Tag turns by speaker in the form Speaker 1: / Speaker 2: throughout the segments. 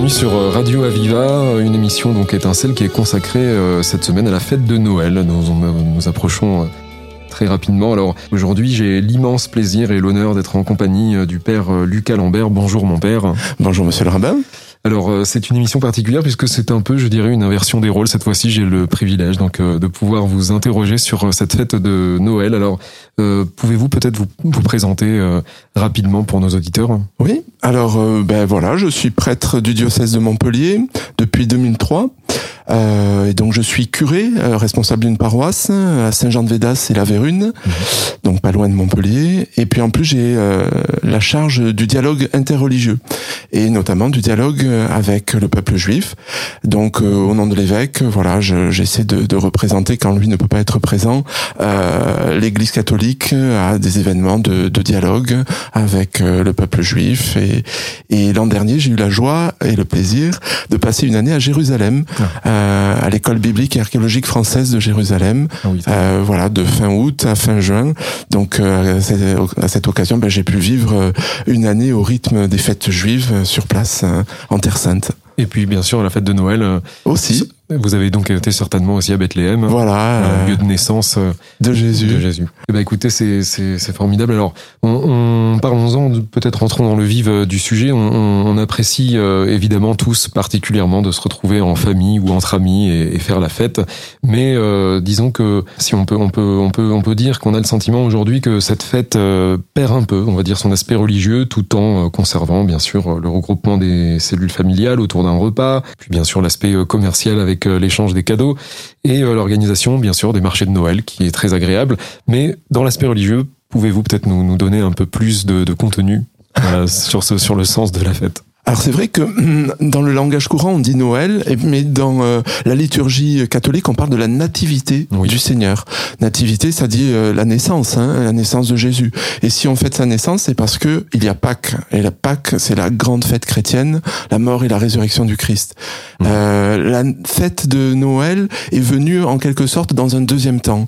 Speaker 1: bienvenue sur Radio Aviva, une émission donc Étincelle qui est consacrée cette semaine à la fête de Noël. Nous approchons très rapidement. Alors aujourd'hui, j'ai l'immense plaisir et l'honneur d'être en compagnie du père Lucas Lambert. Bonjour mon père.
Speaker 2: Bonjour monsieur le rabbin.
Speaker 1: Alors c'est une émission particulière puisque c'est un peu, je dirais, une inversion des rôles. Cette fois-ci, j'ai le privilège donc de pouvoir vous interroger sur cette fête de Noël. Alors pouvez-vous peut-être vous présenter rapidement pour nos auditeurs?
Speaker 2: Oui. Alors voilà, je suis prêtre du diocèse de Montpellier depuis 2003. Et donc je suis curé, responsable d'une paroisse à Saint-Jean-de-Védas et la Vérune, donc pas loin de Montpellier. Et puis en plus j'ai la charge du dialogue interreligieux et notamment du dialogue avec le peuple juif. Donc au nom de l'évêque, voilà, j'essaie de représenter quand lui ne peut pas être présent l'Église catholique à des événements de dialogue avec le peuple juif. Et l'an dernier, j'ai eu la joie et le plaisir de passer une année à Jérusalem. À l'école biblique et archéologique française de Jérusalem, voilà, de fin août à fin juin. Donc à cette occasion, j'ai pu vivre une année au rythme des fêtes juives sur place en Terre Sainte.
Speaker 1: Et puis bien sûr la fête de Noël aussi. Vous avez donc été certainement aussi à Bethléem,
Speaker 2: voilà,
Speaker 1: lieu de naissance
Speaker 2: de Jésus.
Speaker 1: Eh ben écoutez, c'est formidable. Alors, parlons-en, peut-être entrons dans le vif du sujet. On apprécie évidemment tous particulièrement de se retrouver en famille ou entre amis et faire la fête. Mais disons que si on peut dire qu'on a le sentiment aujourd'hui que cette fête perd un peu, on va dire, son aspect religieux, tout en conservant bien sûr le regroupement des cellules familiales autour d'un repas, puis bien sûr l'aspect commercial avec l'échange des cadeaux et l'organisation, bien sûr, des marchés de Noël qui est très agréable. Mais dans l'aspect religieux, pouvez-vous peut-être nous donner un peu plus de contenu sur le sens de la fête?
Speaker 2: Alors c'est vrai que dans le langage courant on dit Noël, mais dans la liturgie catholique on parle de la nativité du Seigneur. Nativité, ça dit la naissance de Jésus. Et si on fête sa naissance, c'est parce que il y a Pâques. Et la Pâques, c'est la grande fête chrétienne, la mort et la résurrection du Christ. La fête de Noël est venue en quelque sorte dans un deuxième temps.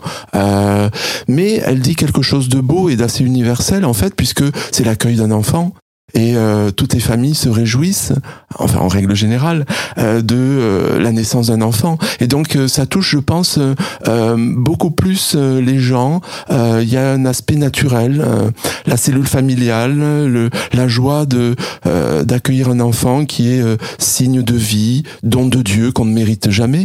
Speaker 2: Mais elle dit quelque chose de beau et d'assez universel en fait, puisque c'est l'accueil d'un enfant. Et toutes les familles se réjouissent, enfin en règle générale, de la naissance d'un enfant. Et donc ça touche, je pense, beaucoup plus les gens. Il y a un aspect naturel, la cellule familiale, la joie d'accueillir un enfant qui est signe de vie, don de Dieu qu'on ne mérite jamais.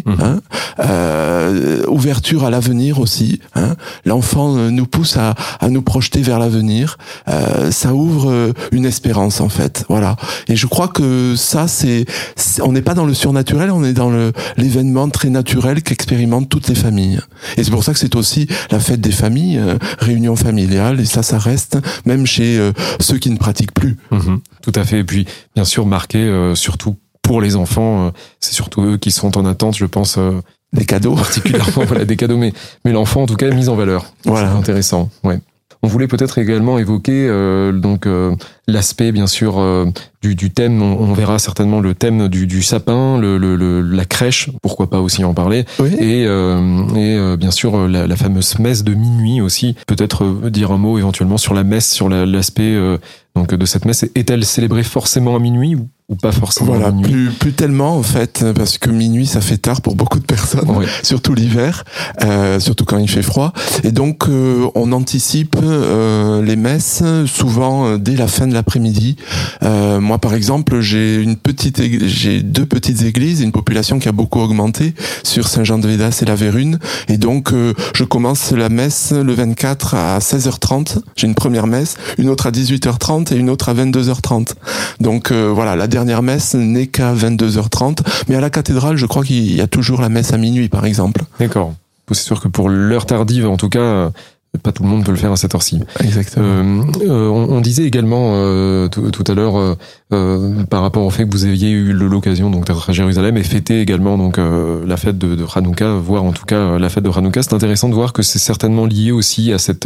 Speaker 2: Ouverture à l'avenir aussi. L'enfant nous pousse à nous projeter vers l'avenir. Ça ouvre une espérance. En fait, voilà. Et je crois que ça, on n'est pas dans le surnaturel, on est dans l'événement très naturel qu'expérimentent toutes les familles. Et c'est pour ça que c'est aussi la fête des familles, réunion familiale, et ça reste même chez ceux qui ne pratiquent plus.
Speaker 1: Tout à fait. Et puis, bien sûr, marqué surtout pour les enfants, c'est surtout eux qui sont en attente, je pense.
Speaker 2: Des cadeaux.
Speaker 1: Particulièrement, voilà, des cadeaux, mais l'enfant, en tout cas, est mis en valeur.
Speaker 2: Voilà.
Speaker 1: C'est intéressant, ouais. On voulait peut-être également évoquer l'aspect bien sûr du thème. On verra certainement le thème du sapin, la crèche, pourquoi pas aussi en parler.
Speaker 2: Oui.
Speaker 1: Et bien sûr la fameuse messe de minuit aussi. Peut-être dire un mot éventuellement sur la messe, sur l'aspect donc de cette messe. Est-elle célébrée forcément à minuit ou pas forcément?
Speaker 2: Voilà,
Speaker 1: à minuit?
Speaker 2: plus tellement en fait, parce que minuit ça fait tard pour beaucoup de personnes, surtout l'hiver, surtout quand il fait froid. Et donc on anticipe les messes souvent dès la fin de l'après-midi. Moi par exemple, j'ai deux petites églises, une population qui a beaucoup augmenté sur Saint-Jean-de-Védas et la Vérune. Et donc je commence la messe le 24 à 16h30. J'ai une première messe, une autre à 18h30 et une autre à 22h30. Donc voilà, la dernière messe n'est qu'à 22h30, mais à la cathédrale, je crois qu'il y a toujours la messe à minuit, par exemple.
Speaker 1: D'accord. C'est sûr que pour l'heure tardive, en tout cas, pas tout le monde peut le faire à cette heure-ci.
Speaker 2: Exactement.
Speaker 1: On disait également tout à l'heure par rapport au fait que vous aviez eu l'occasion donc d'être à Jérusalem et fêter également donc la fête de Hanouka, voire en tout cas la fête de Hanouka. C'est intéressant de voir que c'est certainement lié aussi à cette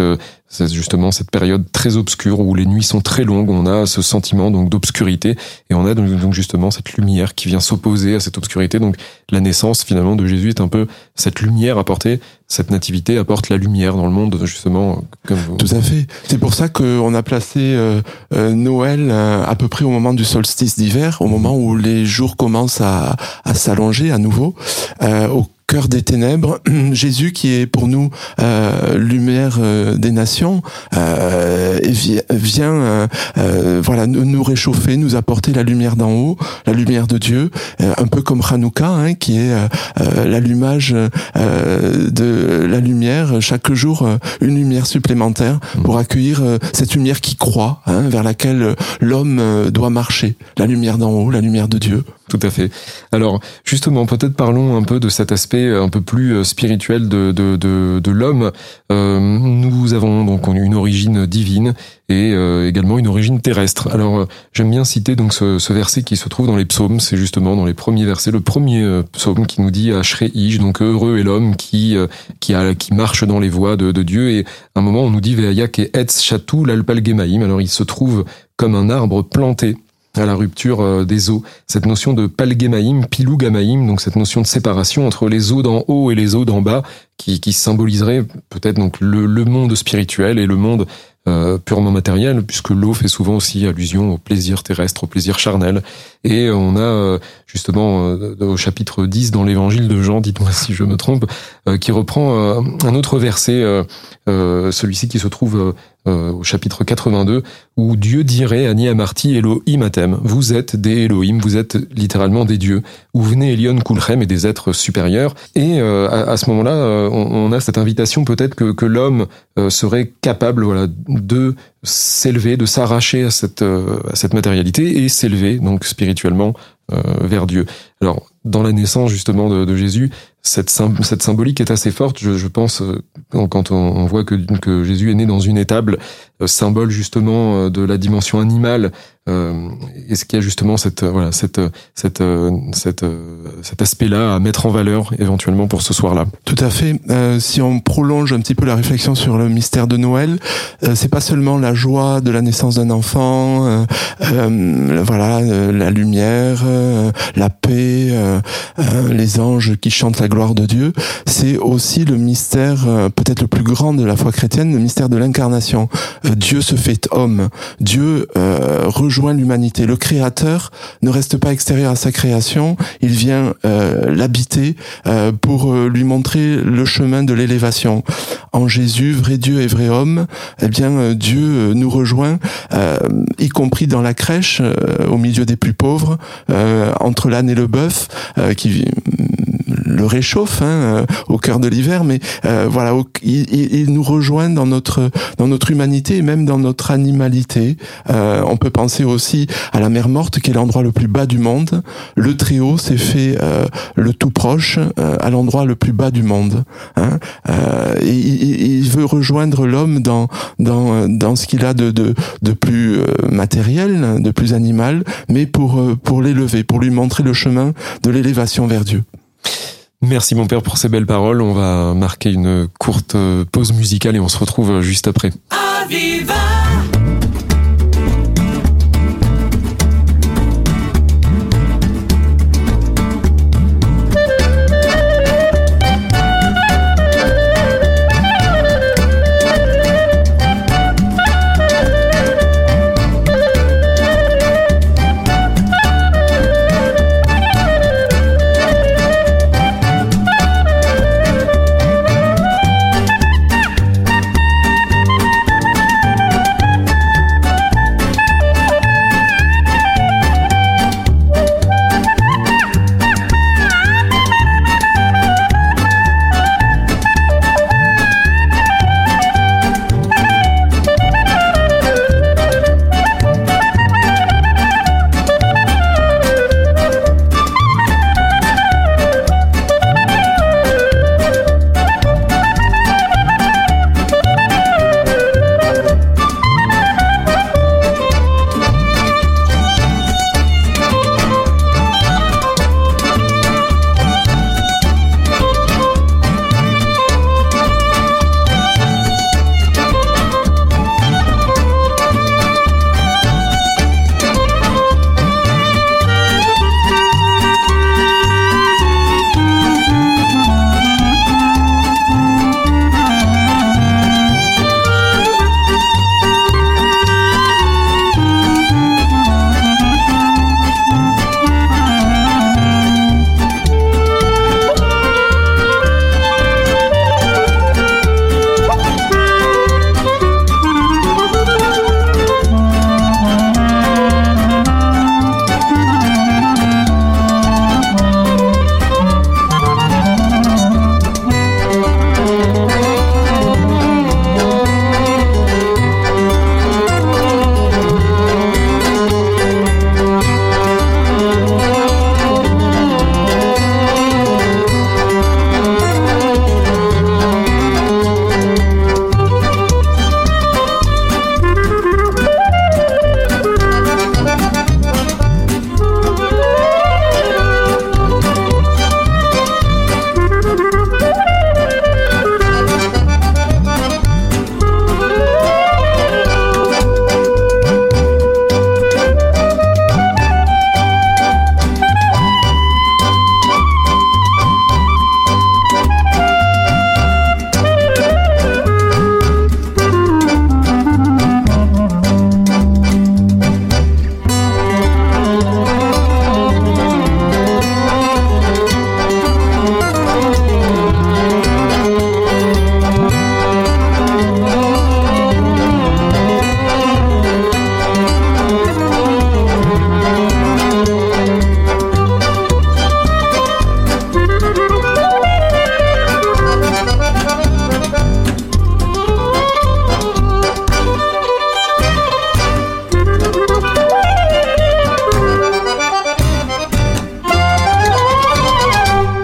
Speaker 1: C'est justement cette période très obscure où les nuits sont très longues, on a ce sentiment donc d'obscurité et on a donc justement cette lumière qui vient s'opposer à cette obscurité. Donc la naissance finalement de Jésus est un peu cette lumière apportée, cette nativité apporte la lumière dans le monde justement.
Speaker 2: Tout à fait. C'est pour ça qu'on a placé Noël à peu près au moment du solstice d'hiver, au moment où les jours commencent à s'allonger à nouveau, au cœur des ténèbres, Jésus qui est pour nous lumière des nations vient voilà nous réchauffer, nous apporter la lumière d'en haut, la lumière de Dieu, un peu comme Hanouka qui est l'allumage de la lumière, chaque jour une lumière supplémentaire pour accueillir cette lumière qui croît, vers laquelle l'homme doit marcher, la lumière d'en haut, la lumière de Dieu.
Speaker 1: Tout à fait. Alors, justement, peut-être parlons un peu de cet aspect un peu plus spirituel de l'homme. Nous avons donc une origine divine et également une origine terrestre. Alors, j'aime bien citer donc ce verset qui se trouve dans les psaumes. C'est justement dans les premiers versets, le premier psaume qui nous dit Ashrei-ish, donc heureux est l'homme qui marche dans les voies de Dieu. Et à un moment, on nous dit Ve'ayak et etz shatou l'alpalgemaim. Alors, il se trouve comme un arbre planté à la rupture des eaux. Cette notion de palgemaim, pilugamaim, donc cette notion de séparation entre les eaux d'en haut et les eaux d'en bas, qui symboliserait peut-être donc le monde spirituel et le monde purement matériel, puisque l'eau fait souvent aussi allusion au plaisir terrestre, au plaisir charnel. Et on a justement au chapitre 10 dans l'évangile de Jean, dites-moi si je me trompe, qui reprend un autre verset, celui-ci qui se trouve au chapitre 82, où Dieu dirait à Niamarti Elohim Atem, vous êtes des Elohim, vous êtes littéralement des dieux, ou venez Elion Kulchem et des êtres supérieurs. Et à ce moment-là, on a cette invitation peut-être que l'homme serait capable, voilà, de s'élever, de s'arracher à cette matérialité et s'élever donc spirituellement vers Dieu. Alors, dans la naissance justement de Jésus, cette symbolique est assez forte. Je pense quand on voit que Jésus est né dans une étable, symbole justement de la dimension animale. Est-ce qu'il y a justement cet aspect-là à mettre en valeur éventuellement pour ce soir-là?
Speaker 2: Tout à fait. Si on prolonge un petit peu la réflexion sur le mystère de Noël, c'est pas seulement la joie de la naissance d'un enfant, la lumière, la paix, les anges qui chantent la gloire de Dieu. C'est aussi le mystère peut-être le plus grand de la foi chrétienne, le mystère de l'incarnation. Dieu se fait homme. Dieu rejoint l'humanité. Le Créateur ne reste pas extérieur à sa création, il vient l'habiter pour lui montrer le chemin de l'élévation. En Jésus, vrai Dieu et vrai homme, eh bien Dieu nous rejoint, y compris dans la crèche, au milieu des plus pauvres, entre l'âne et le bœuf, qui le réchauffe au cœur de l'hiver, mais il nous rejoint dans notre humanité et même dans notre animalité. On peut penser aussi à la mer Morte, qui est l'endroit le plus bas du monde. Le Très-Haut s'est fait le tout proche à l'endroit le plus bas du monde. Il veut rejoindre l'homme dans ce qu'il a de plus matériel, de plus animal, mais pour l'élever, pour lui montrer le chemin de l'élévation vers Dieu.
Speaker 1: Merci mon père pour ces belles paroles. On va marquer une courte pause musicale et on se retrouve juste après. Aviva!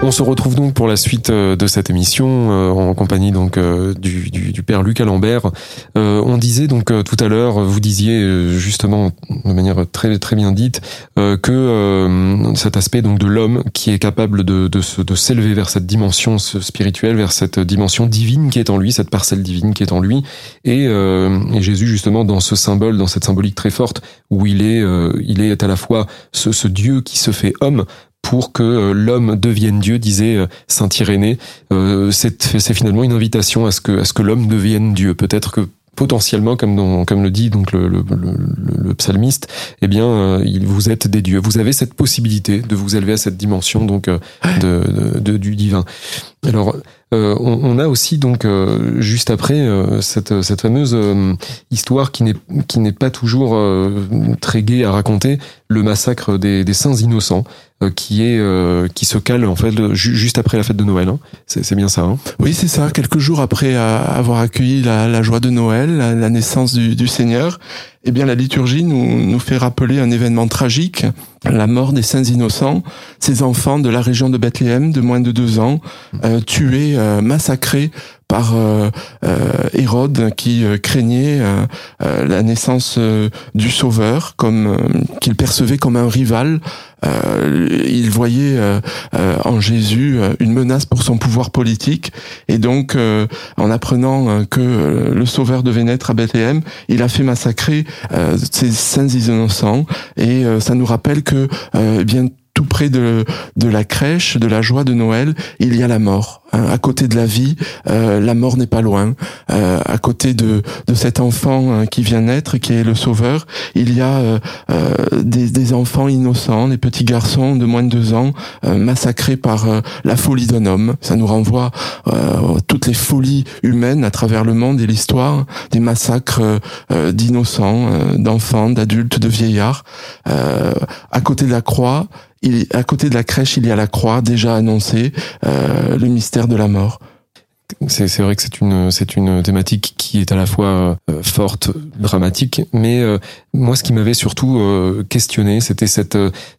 Speaker 1: On se retrouve donc pour la suite de cette émission en compagnie donc du père Lucas Lambert. On disait donc tout à l'heure, vous disiez justement de manière très très bien dite que cet aspect donc de l'homme qui est capable de s'élever vers cette dimension spirituelle, vers cette dimension divine qui est en lui, cette parcelle divine qui est en lui, et Jésus justement dans ce symbole, dans cette symbolique très forte où il est à la fois ce Dieu qui se fait homme pour que l'homme devienne Dieu, disait saint Irénée. C'est finalement une invitation à ce que l'homme devienne Dieu. Peut-être que potentiellement, comme le dit donc le psalmiste, eh bien, vous êtes des dieux. Vous avez cette possibilité de vous élever à cette dimension donc du divin. Alors, on a aussi donc juste après cette fameuse histoire qui n'est pas toujours très gaie à raconter, le massacre des saints innocents. Qui se cale en fait juste après la fête de Noël. Hein. C'est bien ça. Hein.
Speaker 2: Oui, c'est ça. Quelques jours après avoir accueilli la joie de Noël, la naissance du Seigneur, eh bien la liturgie nous fait rappeler un événement tragique, la mort des saints innocents, ces enfants de la région de Bethléem de moins de 2 ans, tués, massacrés par Hérode qui craignait la naissance du Sauveur, qu'il percevait comme un rival. Il voyait en Jésus une menace pour son pouvoir politique, et donc en apprenant que le Sauveur devait naître à Bethléem, il a fait massacrer ces saints innocents, et ça nous rappelle que bien tout près de la crèche, de la joie de Noël, il y a la mort. À côté de la vie, la mort n'est pas loin. À côté de cet enfant qui vient naître, qui est le Sauveur, il y a des enfants innocents, des petits garçons de moins de 2 ans, massacrés par la folie d'un homme. Ça nous renvoie toutes les folies humaines à travers le monde et l'histoire, des massacres d'innocents, d'enfants, d'adultes, de vieillards. À côté de la croix, à côté de la crèche, il y a la croix déjà annoncée, le mystère de la mort.
Speaker 1: C'est vrai que c'est une thématique qui est à la fois forte, dramatique, mais moi ce qui m'avait surtout questionné, c'était cet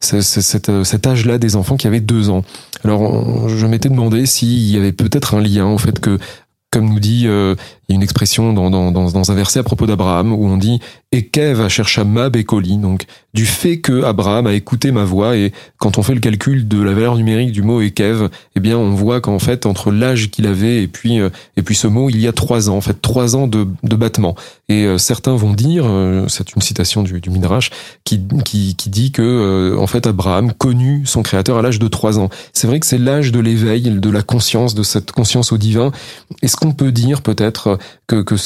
Speaker 1: âge-là des enfants qui avaient 2 ans. Alors je m'étais demandé s'il y avait peut-être un lien au fait que, comme nous dit, il y a une expression dans un verset à propos d'Abraham où on dit « Ekev chercha ma bekoli », donc du fait que Abraham a écouté ma voix. Et quand on fait le calcul de la valeur numérique du mot Ekev, eh bien on voit qu'en fait entre l'âge qu'il avait et puis ce mot, il y a 3 ans, en fait 3 ans de battement. Et certains vont dire, c'est une citation du Midrash qui dit que en fait Abraham connut son créateur à l'âge de 3 ans. C'est vrai que c'est l'âge de l'éveil, de la conscience, de cette conscience au divin. Est-ce qu'on peut dire peut-être que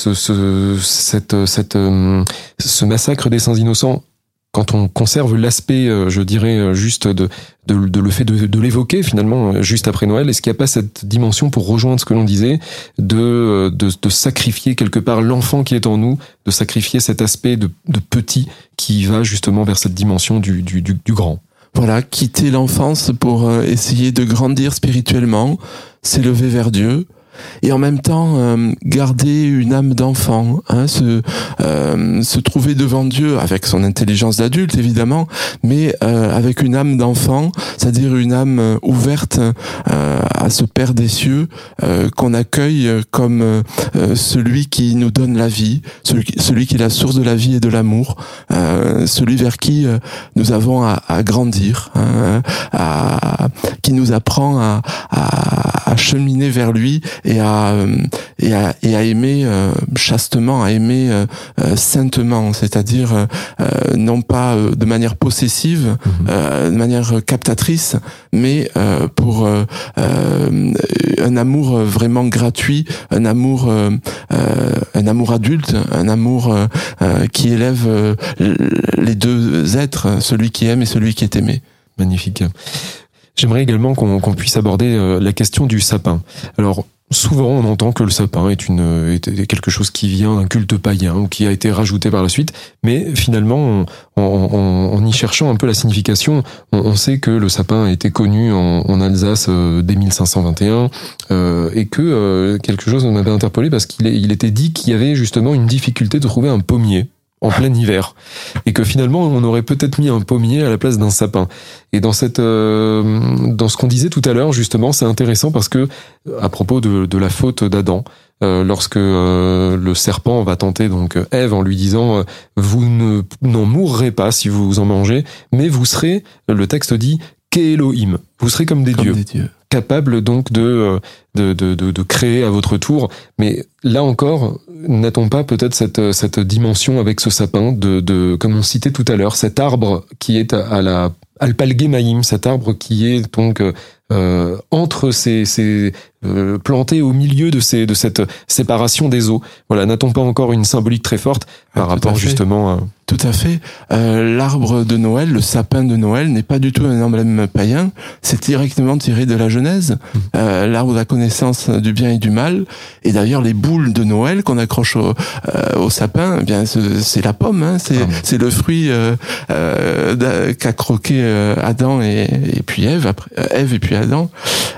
Speaker 1: ce massacre des saints innocents, quand on conserve l'aspect, je dirais, juste de le fait de l'évoquer finalement juste après Noël, est-ce qu'il n'y a pas cette dimension, pour rejoindre ce que l'on disait, de sacrifier quelque part l'enfant qui est en nous, de sacrifier cet aspect de petit qui va justement vers cette dimension du grand?
Speaker 2: Voilà, quitter l'enfance pour essayer de grandir spirituellement, s'élever vers Dieu. Et en même temps garder une âme d'enfant, se trouver devant Dieu avec son intelligence d'adulte évidemment, mais avec une âme d'enfant, c'est-à-dire une âme ouverte à ce Père des cieux qu'on accueille comme celui qui nous donne la vie, celui qui est la source de la vie et de l'amour, celui vers qui nous avons à grandir, qui nous apprend à cheminer vers lui et à aimer chastement, à aimer saintement, c'est-à-dire non pas de manière possessive, de manière captatrice, mais pour un amour vraiment gratuit, un amour adulte, un amour qui élève les 2 êtres, celui qui aime et celui qui est aimé.
Speaker 1: Magnifique. J'aimerais également qu'on puisse aborder la question du sapin. Alors, souvent, on entend que le sapin est quelque chose qui vient d'un culte païen ou qui a été rajouté par la suite, mais finalement, en y cherchant un peu la signification, on sait que le sapin a été connu en Alsace dès 1521 et que quelque chose m'avait interpellé parce qu'il était dit qu'il y avait justement une difficulté de trouver un pommier en plein hiver, et que finalement on aurait peut-être mis un pommier à la place d'un sapin. Et dans ce qu'on disait tout à l'heure, justement, c'est intéressant parce que à propos de la faute d'Adam, lorsque le serpent va tenter donc Ève en lui disant vous n'en mourrez pas si vous en mangez, mais vous serez, le texte dit, qu'Elohim, vous serez comme des dieux. Capable donc de créer à votre tour. Mais là encore, n'a-t-on pas peut-être cette dimension avec ce sapin comme on citait tout à l'heure, cet arbre qui est à la Alpalgemaïm, cet arbre qui est donc entre planté au milieu de cette séparation des eaux. Voilà, n'a-t-on pas encore une symbolique très forte par rapport justement à...
Speaker 2: Tout à fait. L'arbre de Noël, le sapin de Noël, n'est pas du tout un emblème païen. C'est directement tiré de la Genèse. L'arbre de la connaissance du bien et du mal. Et d'ailleurs, les boules de Noël qu'on accroche au sapin, eh bien, c'est la pomme. Hein. C'est le fruit qu'a croqué Adam et puis Ève. Après, Ève et puis Adam.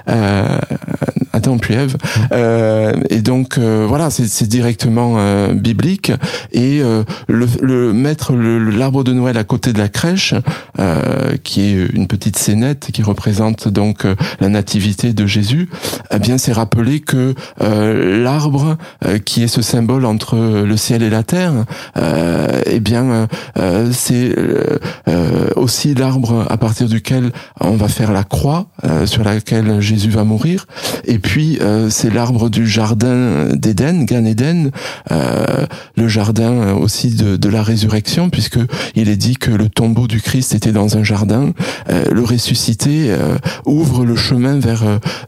Speaker 2: Adam puis Ève. Et donc voilà, c'est directement biblique. Et mettre l'arbre de Noël à côté de la crèche, qui est une petite scénette qui représente donc la nativité de Jésus, eh bien c'est rappeler que l'arbre qui est ce symbole entre le ciel et la terre, eh bien c'est aussi l'arbre à partir duquel on va faire la croix sur laquelle Jésus va mourir. Et puis c'est l'arbre du jardin d'Éden, Gan Eden, le jardin aussi de la résurrection, puisque il est dit que le tombeau du Christ était dans un jardin. Le ressuscité ouvre le chemin vers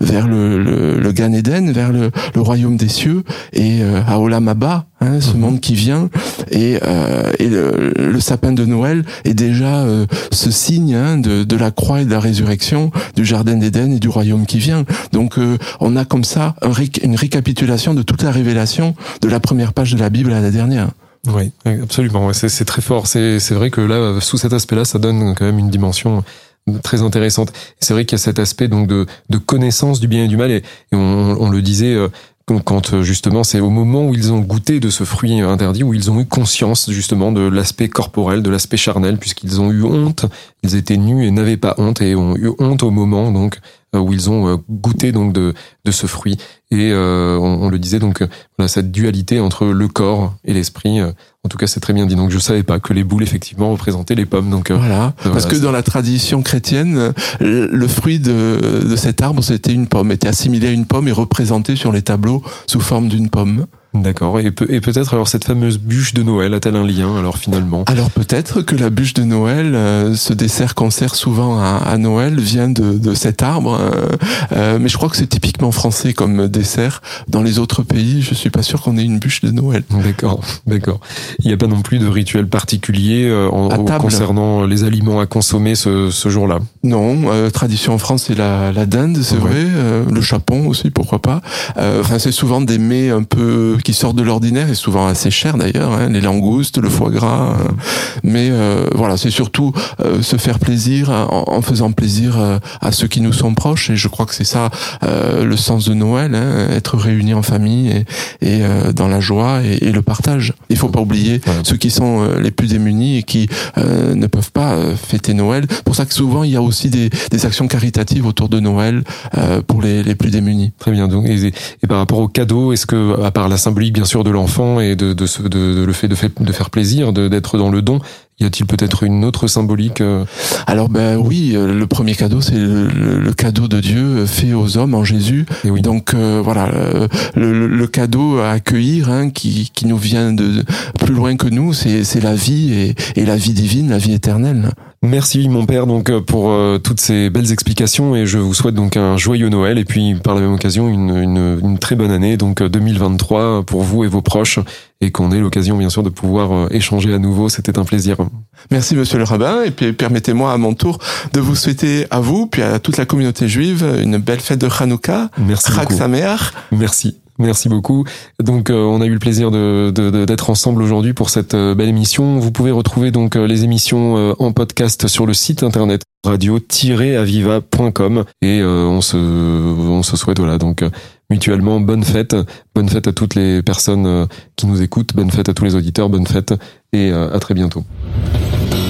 Speaker 2: le Gan Eden, vers le royaume des cieux et à Olam Haba, hein, ce monde qui vient. Et le sapin de Noël est déjà ce signe, hein, de la croix et de la résurrection, du jardin d'Éden et du royaume qui vient. Donc on a comme ça une récapitulation de toute la révélation de la première page de la Bible à la dernière.
Speaker 1: Oui, absolument. C'est très fort. C'est vrai que là, sous cet aspect-là, ça donne quand même une dimension très intéressante. C'est vrai qu'il y a cet aspect donc de connaissance du bien et du mal, et on le disait quand justement c'est au moment où ils ont goûté de ce fruit interdit, où ils ont eu conscience justement de l'aspect corporel, de l'aspect charnel, puisqu'ils ont eu honte. Ils étaient nus et n'avaient pas honte, et ont eu honte au moment donc où ils ont goûté donc de ce fruit. Et on le disait donc, voilà, cette dualité entre le corps et l'esprit. En tout cas, c'est très bien dit. Donc, je savais pas que les boules effectivement représentaient les pommes. Donc
Speaker 2: voilà, parce que dans la tradition chrétienne, le fruit de cet arbre, c'était une pomme, était assimilé à une pomme et représenté sur les tableaux sous forme d'une pomme.
Speaker 1: D'accord. Et peut-être alors cette fameuse bûche de Noël a-t-elle un lien alors finalement?
Speaker 2: Alors peut-être que la bûche de Noël, ce dessert qu'on sert souvent à Noël, vient de cet arbre. Mais je crois que c'est typiquement français comme dessert. Dans les autres pays, je suis pas sûr qu'on ait une bûche de Noël.
Speaker 1: D'accord. Il n'y a pas non plus de rituel particulier concernant les aliments à consommer ce jour-là?
Speaker 2: Non. Tradition en France, c'est la dinde, c'est vrai. Le chapon aussi, pourquoi pas. Enfin, c'est souvent des mets un peu qui sortent de l'ordinaire, et souvent assez chers d'ailleurs, hein, les langoustes, le foie gras. Mais voilà, c'est surtout se faire plaisir en faisant plaisir à ceux qui nous sont proches. Et je crois que c'est ça le sens de Noël, hein, être réunis en famille et dans la joie et le partage. Il faut pas oublier ceux qui sont les plus démunis et qui ne peuvent pas fêter Noël. C'est pour ça que souvent il y a aussi des actions caritatives autour de Noël pour les plus démunis.
Speaker 1: Très bien. Donc et par rapport aux cadeaux, est-ce que à part la symbolique bien sûr de l'enfant et de le fait de faire plaisir, d'être dans le don, y a-t-il peut-être une autre symbolique?
Speaker 2: Alors oui, le premier cadeau, c'est le cadeau de Dieu fait aux hommes en Jésus. Et oui. Donc voilà, le cadeau à accueillir, hein, qui nous vient de plus loin que nous, c'est la vie et la vie divine, la vie éternelle.
Speaker 1: Merci mon père donc pour toutes ces belles explications, et je vous souhaite donc un joyeux Noël et puis par la même occasion une très bonne année donc 2023 pour vous et vos proches, et qu'on ait l'occasion bien sûr de pouvoir échanger à nouveau. C'était un plaisir.
Speaker 2: Merci monsieur le rabbin, et puis permettez-moi à mon tour de vous souhaiter à vous puis à toute la communauté juive une belle fête de Hanouka.
Speaker 1: Merci beaucoup.
Speaker 2: Chag Sameach.
Speaker 1: Merci. Merci beaucoup. Donc, on a eu le plaisir d'être ensemble aujourd'hui pour cette belle émission. Vous pouvez retrouver donc les émissions en podcast sur le site internet radio-aviva.com et on se souhaite donc mutuellement bonne fête à toutes les personnes qui nous écoutent, bonne fête à tous les auditeurs, bonne fête et à très bientôt.